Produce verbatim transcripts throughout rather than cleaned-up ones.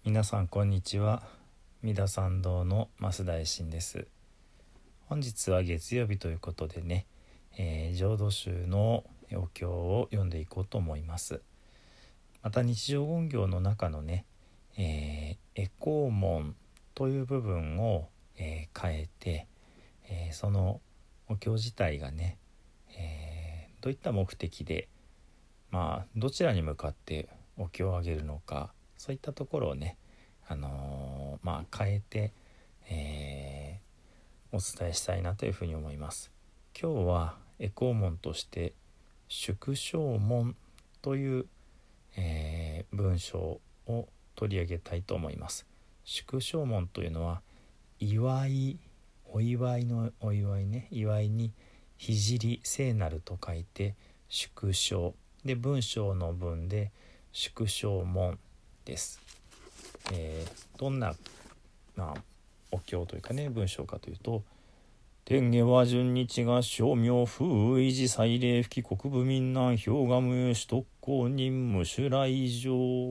皆さんこんにちは。三田参道の増大臣です。本日は月曜日ということでね、えー、浄土宗のお経を読んでいこうと思います。また日常言行の中のね、えー、回向文という部分を、えー、変えて、えー、そのお経自体がね、えー、どういった目的で、まあどちらに向かってお経をあげるのか、そういったところをね、あのー、まあ変えて、えー、お伝えしたいなというふうに思います。今日は回向文として祝聖文という、えー、文章を取り上げたいと思います。祝聖文というのは祝い、お祝いのお祝いね、祝いに聖聖なると書いて祝聖で、文章の文で祝聖文です。えー、どんな、まあ、お経というかね文章かというと、天下和順日が正明風維持祭礼付き国部民南氷河無首特攻任務襲来上、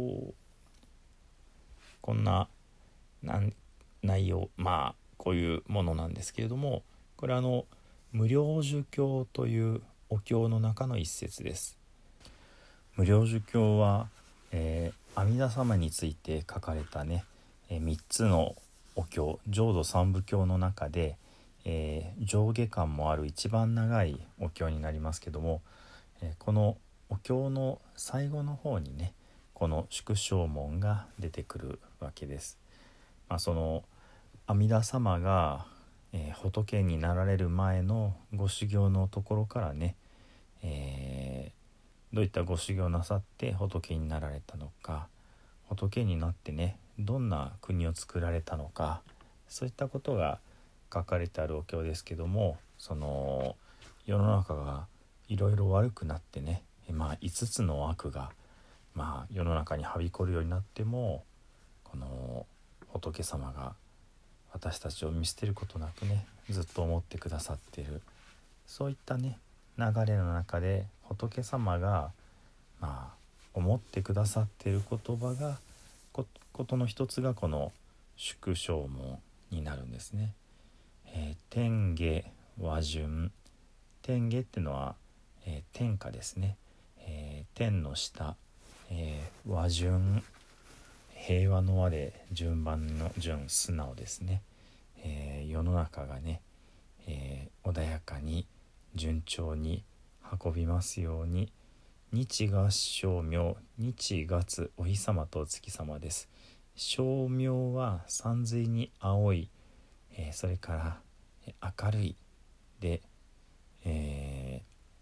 こんななん内容、まあこういうものなんですけれども、これあの無量寿経というお経の中の一節です。無量寿経は、えー、阿弥陀様について書かれたね、えー、みっつのお経、浄土三部経の中で、えー、上下巻もある一番長いお経になりますけども、えー、このお経の最後の方にね、この祝聖文が出てくるわけです。まあ、その阿弥陀様が、えー、仏になられる前のご修行のところからね、えーどういったご修行なさって仏になられたのか、仏になってねどんな国を作られたのか、そういったことが書かれてあるお経ですけども、その世の中がいろいろ悪くなってね、まあいつつの悪が、まあ、世の中にはびこるようになっても、この仏様が私たちを見捨てることなくねずっと思ってくださっている、そういったね流れの中で仏様がまあ思ってくださっている言葉がこことの一つがこの祝聖文になるんですね。えー、天下和順、天下ってのは、えー、天下ですね、えー、天の下、えー、和順、平和の和で順番の順、素直ですね、えー、世の中がね、えー、穏やかに順調に運びますように。日が正明、日月お日様とお月様です。正明は山水に青い、えー、それから明るいで、え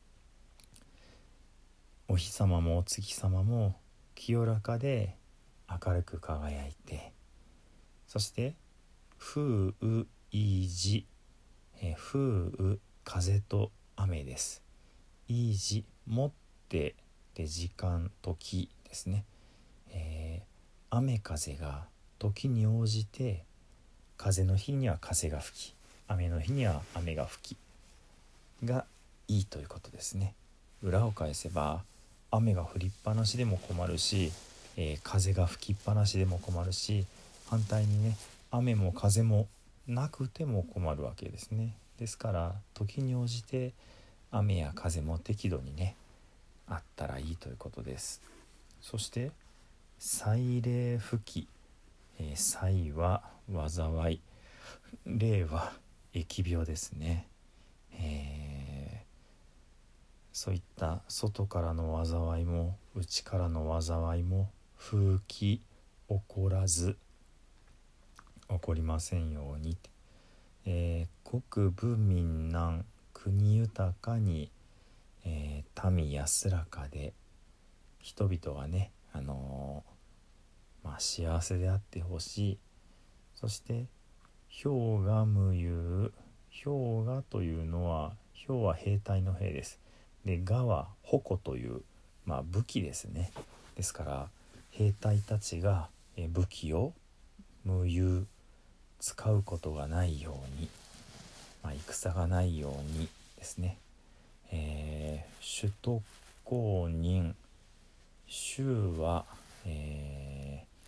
ー、お日様もお月様も清らかで明るく輝いて、そして風雨いいじ、えー、風雨風と雨です。いいじもってで時間時ですね、えー、雨風が時に応じて、風の日には風が吹き、雨の日には雨が吹きがいいということですね。裏を返せば雨が降りっぱなしでも困るし、えー、風が吹きっぱなしでも困るし、反対にね雨も風もなくても困るわけですね。ですから時に応じて雨や風も適度にねあったらいいということです。そして祭礼吹き、えー、祭は災い、礼は疫病ですね、えー、そういった外からの災いも内からの災いも風き起こらず、起こりませんように、えー、国部民南、国豊かに、えー、民安らかで、人々はね、あのーまあ、幸せであってほしい。そして氷河無憂、氷河というのは、氷は兵隊の兵です。で河は矛という、まあ、武器ですね。ですから兵隊たちが武器を無憂、使うことがないように、まあ、戦がないようにですね、えー、首都公認、州は、え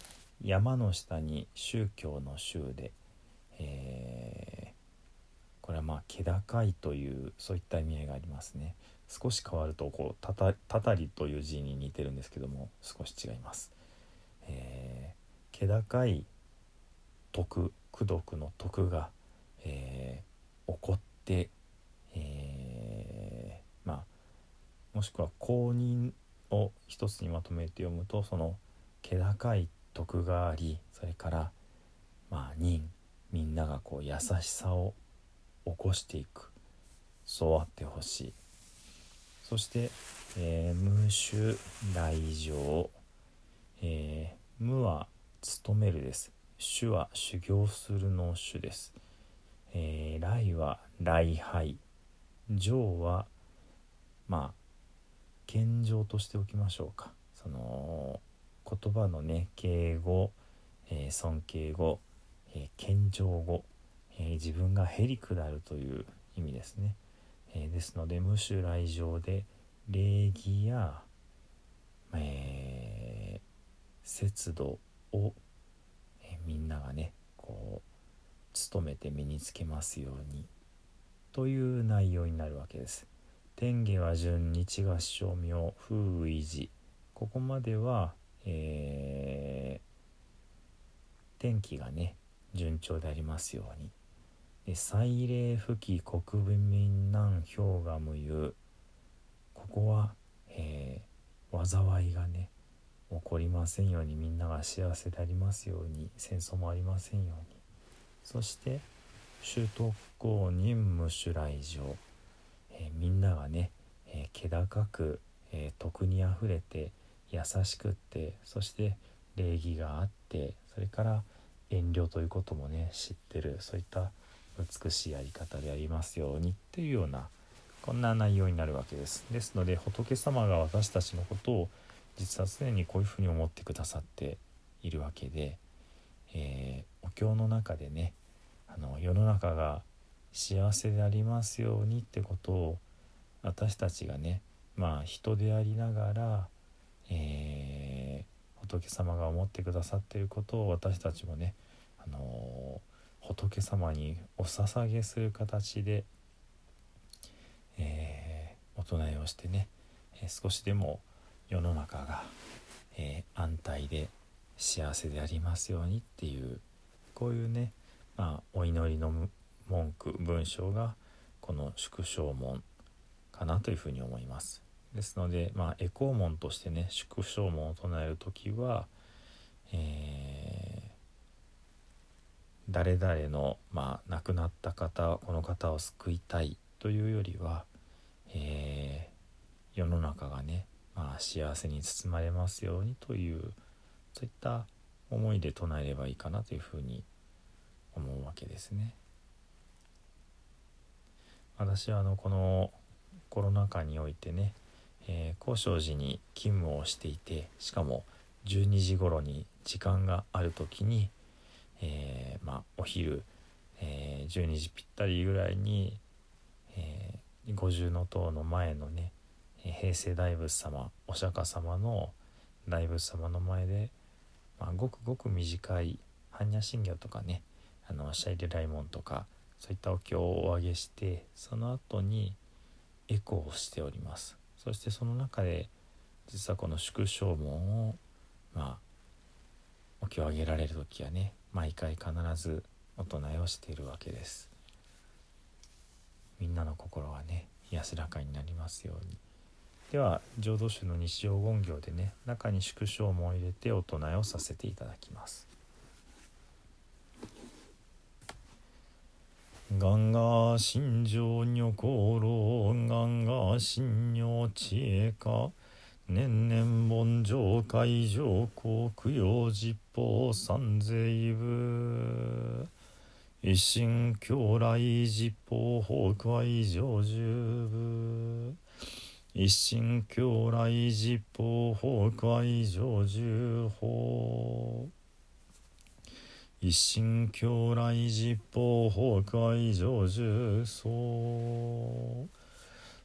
山の下に宗教の宗で、えー、これはまあ気高いというそういった意味合いがありますね。少し変わるとこうたたたたりという字に似てるんですけども少し違います。えー、気高い徳、功徳の徳が、えー、起こって、えー、まあもしくは公認を一つにまとめて読むと、その気高い徳があり、それからまあ人、みんながこう優しさを起こしていく、そうあってほしい。そして、えー、無種来場、えー、無は務めるです。種は修行するの種です。えー、来は礼拝、上はまあ謙譲としておきましょうか。その言葉のね敬語、えー、尊敬語、えー、謙譲語、えー、自分がへりくだるという意味ですね。えー、ですので無種来場で礼儀や、えー、節度を、えー、みんながねこう努めて身につけますようにという内容になるわけです。天下は順日が称名風維持、ここまでは、えー、天気がね順調でありますように。で祭礼不帰国民難氷河無憂、ここは、えー、災いがね起こりませんように、みんなが幸せでありますように、戦争もありませんように。そして主特攻任無種来場、えー、みんながね、えー、気高く、えー、徳にあふれて優しくって、そして礼儀があって、それから遠慮ということもね知ってる、そういった美しいやり方でありますようにっていうような、こんな内容になるわけです。ですので仏様が私たちのことを実は常にこういうふうに思ってくださっているわけで、えー、お経の中でね、あの世の中が幸せでありますようにってことを私たちがね、まあ人でありながら、えー、仏様が思ってくださっていることを私たちもね、あのー、仏様にお捧げする形で、えー、お唱えをしてね、えー、少しでも世の中が、えー、安泰で幸せでありますようにっていう、こういうね、まあ、お祈りの文句文章がこの祝聖文かなというふうに思います。ですので、まあ、回向文としてね祝聖文を唱えるときは、えー、誰々の、まあ、亡くなった方、この方を救いたいというよりは、えー、世の中がね、まあ、幸せに包まれますようにという、そういった思いで唱えればいいかなというふうに思うわけですね。私はあのこのコロナ禍においてね、えー、高尚寺に勤務をしていて、しかもじゅうにじ頃に時間がある時に、えー、まあお昼、えー、じゅうにじぴったりぐらいに、えー、五重塔の前のね、平成大仏様、お釈迦様の大仏様の前で、まあ、ごくごく短い般若心経とかね、あのシャイリライモンとかそういったお経をお上げして、その後にエコーをしております。そしてその中で実はこの祝聖文を、まあお経をあげられる時はね、毎回必ずお唱えをしているわけです。みんなの心がね安らかになりますように。では浄土宗の日常言行でね、中に祝聖文を入れてお唱えをさせていただきます。願が心情女功労、願が心女知恵か、年々盆上海上皇供養実法三世部、一心教来実法法会上十部、一心教来実法法会上十法、一心教来実法法会上十僧、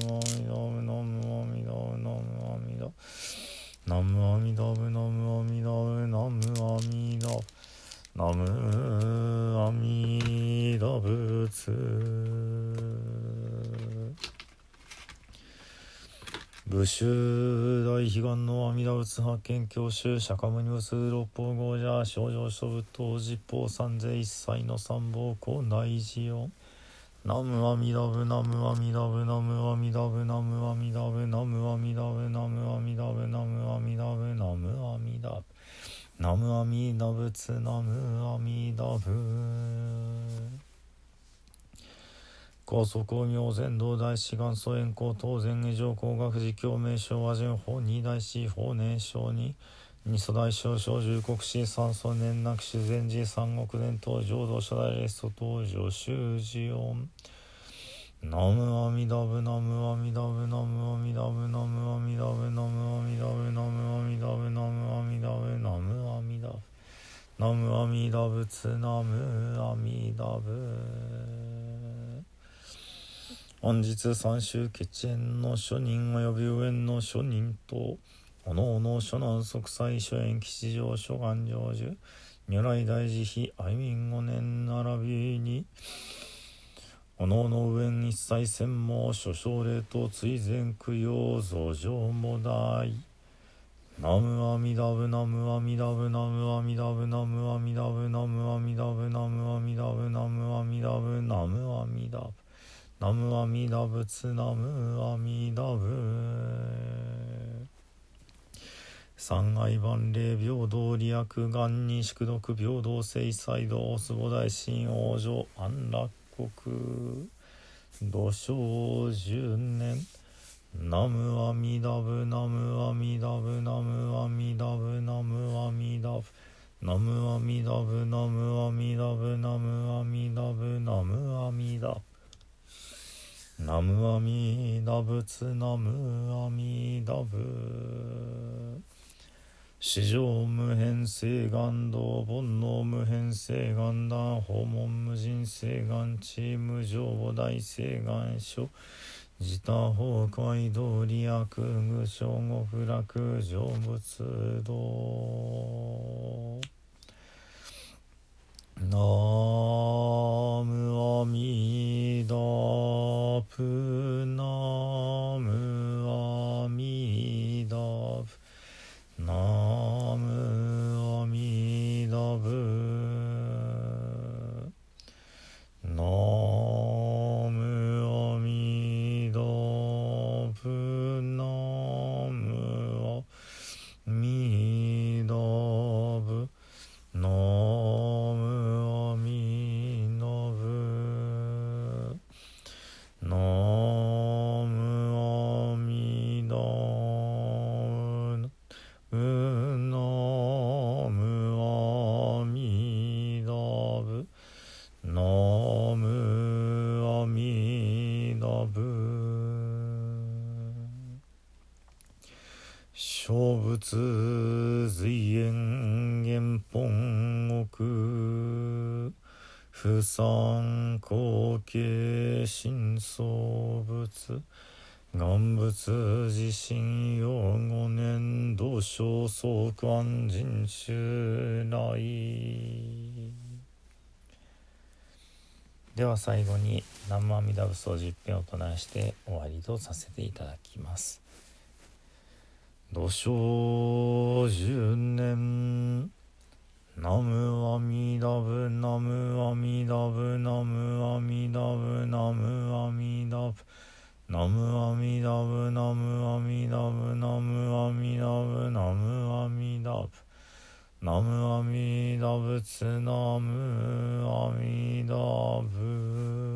ムアミダブナムアミダブナムアミダブナムアミダブナムアミダブナムアミダ仏武州大悲願の阿弥陀仏発見教習釈迦牟尼仏六方豪者正常諸仏等十方三世一切の三宝庫大事よナムアミダブナムアミダブナムアミダブナムアミダブナムアミダブナムアミダブナムアミダブナムアミダブナムアミダ仏ナムアミダブ高祖光明禅道大師元祖円光東禅以上工学寺教名称和順法二大師法年少に二祖大師小十国師三祖年なく修禅寺三国伝統浄土初代レスト登場修寺音ナムアミダブナムアミダブナムアミダブナムアミダブナムアミダブナムアミダブナムアミダブナムアミダブナムアミダ仏ナムアミダブ本日三州決縁の諸人及び上の諸人とおのおの諸南息災諸縁吉祥諸願成就如来大慈悲愛民五年並びにおのおの上一切専門諸奨礼と追善供養増上も大ナムアミダブナムアミダブナムアミダブナムアミダブナムアミダブナムアミダブナムアミダブナムアミダブナムアミダブツナムアミダブ三愛万霊平等利益願に宿毒平等聖祭道坪大神往生安楽国土生十年ナムアミダブナムアミダブナムアミダブナムアミダブナムアミダブナムアミダブナムアミダブナムアミダブナムアミダブツナムアミダブ史上無変性願道煩悩無変性願断訪問無人性願地無常大性願書自他崩壊道利益具象極楽成仏道ナムアミダプナムアミダプナムアミダブナムアミダブナムアミダブナムアミダブナムアミダブナムアミダブナムアミダブ小仏随縁元本国不参後継真相仏願仏自身用五年同生相関人襲来では最後に南無阿弥陀仏を十遍を唱えして終わりとさせていただきます。土生十年ナムアミダブナムアミダブナムアミダブナムアミダブナムアミダブナムアミダブナムアミダブナムアミダブナムアミダブツナムアミダブ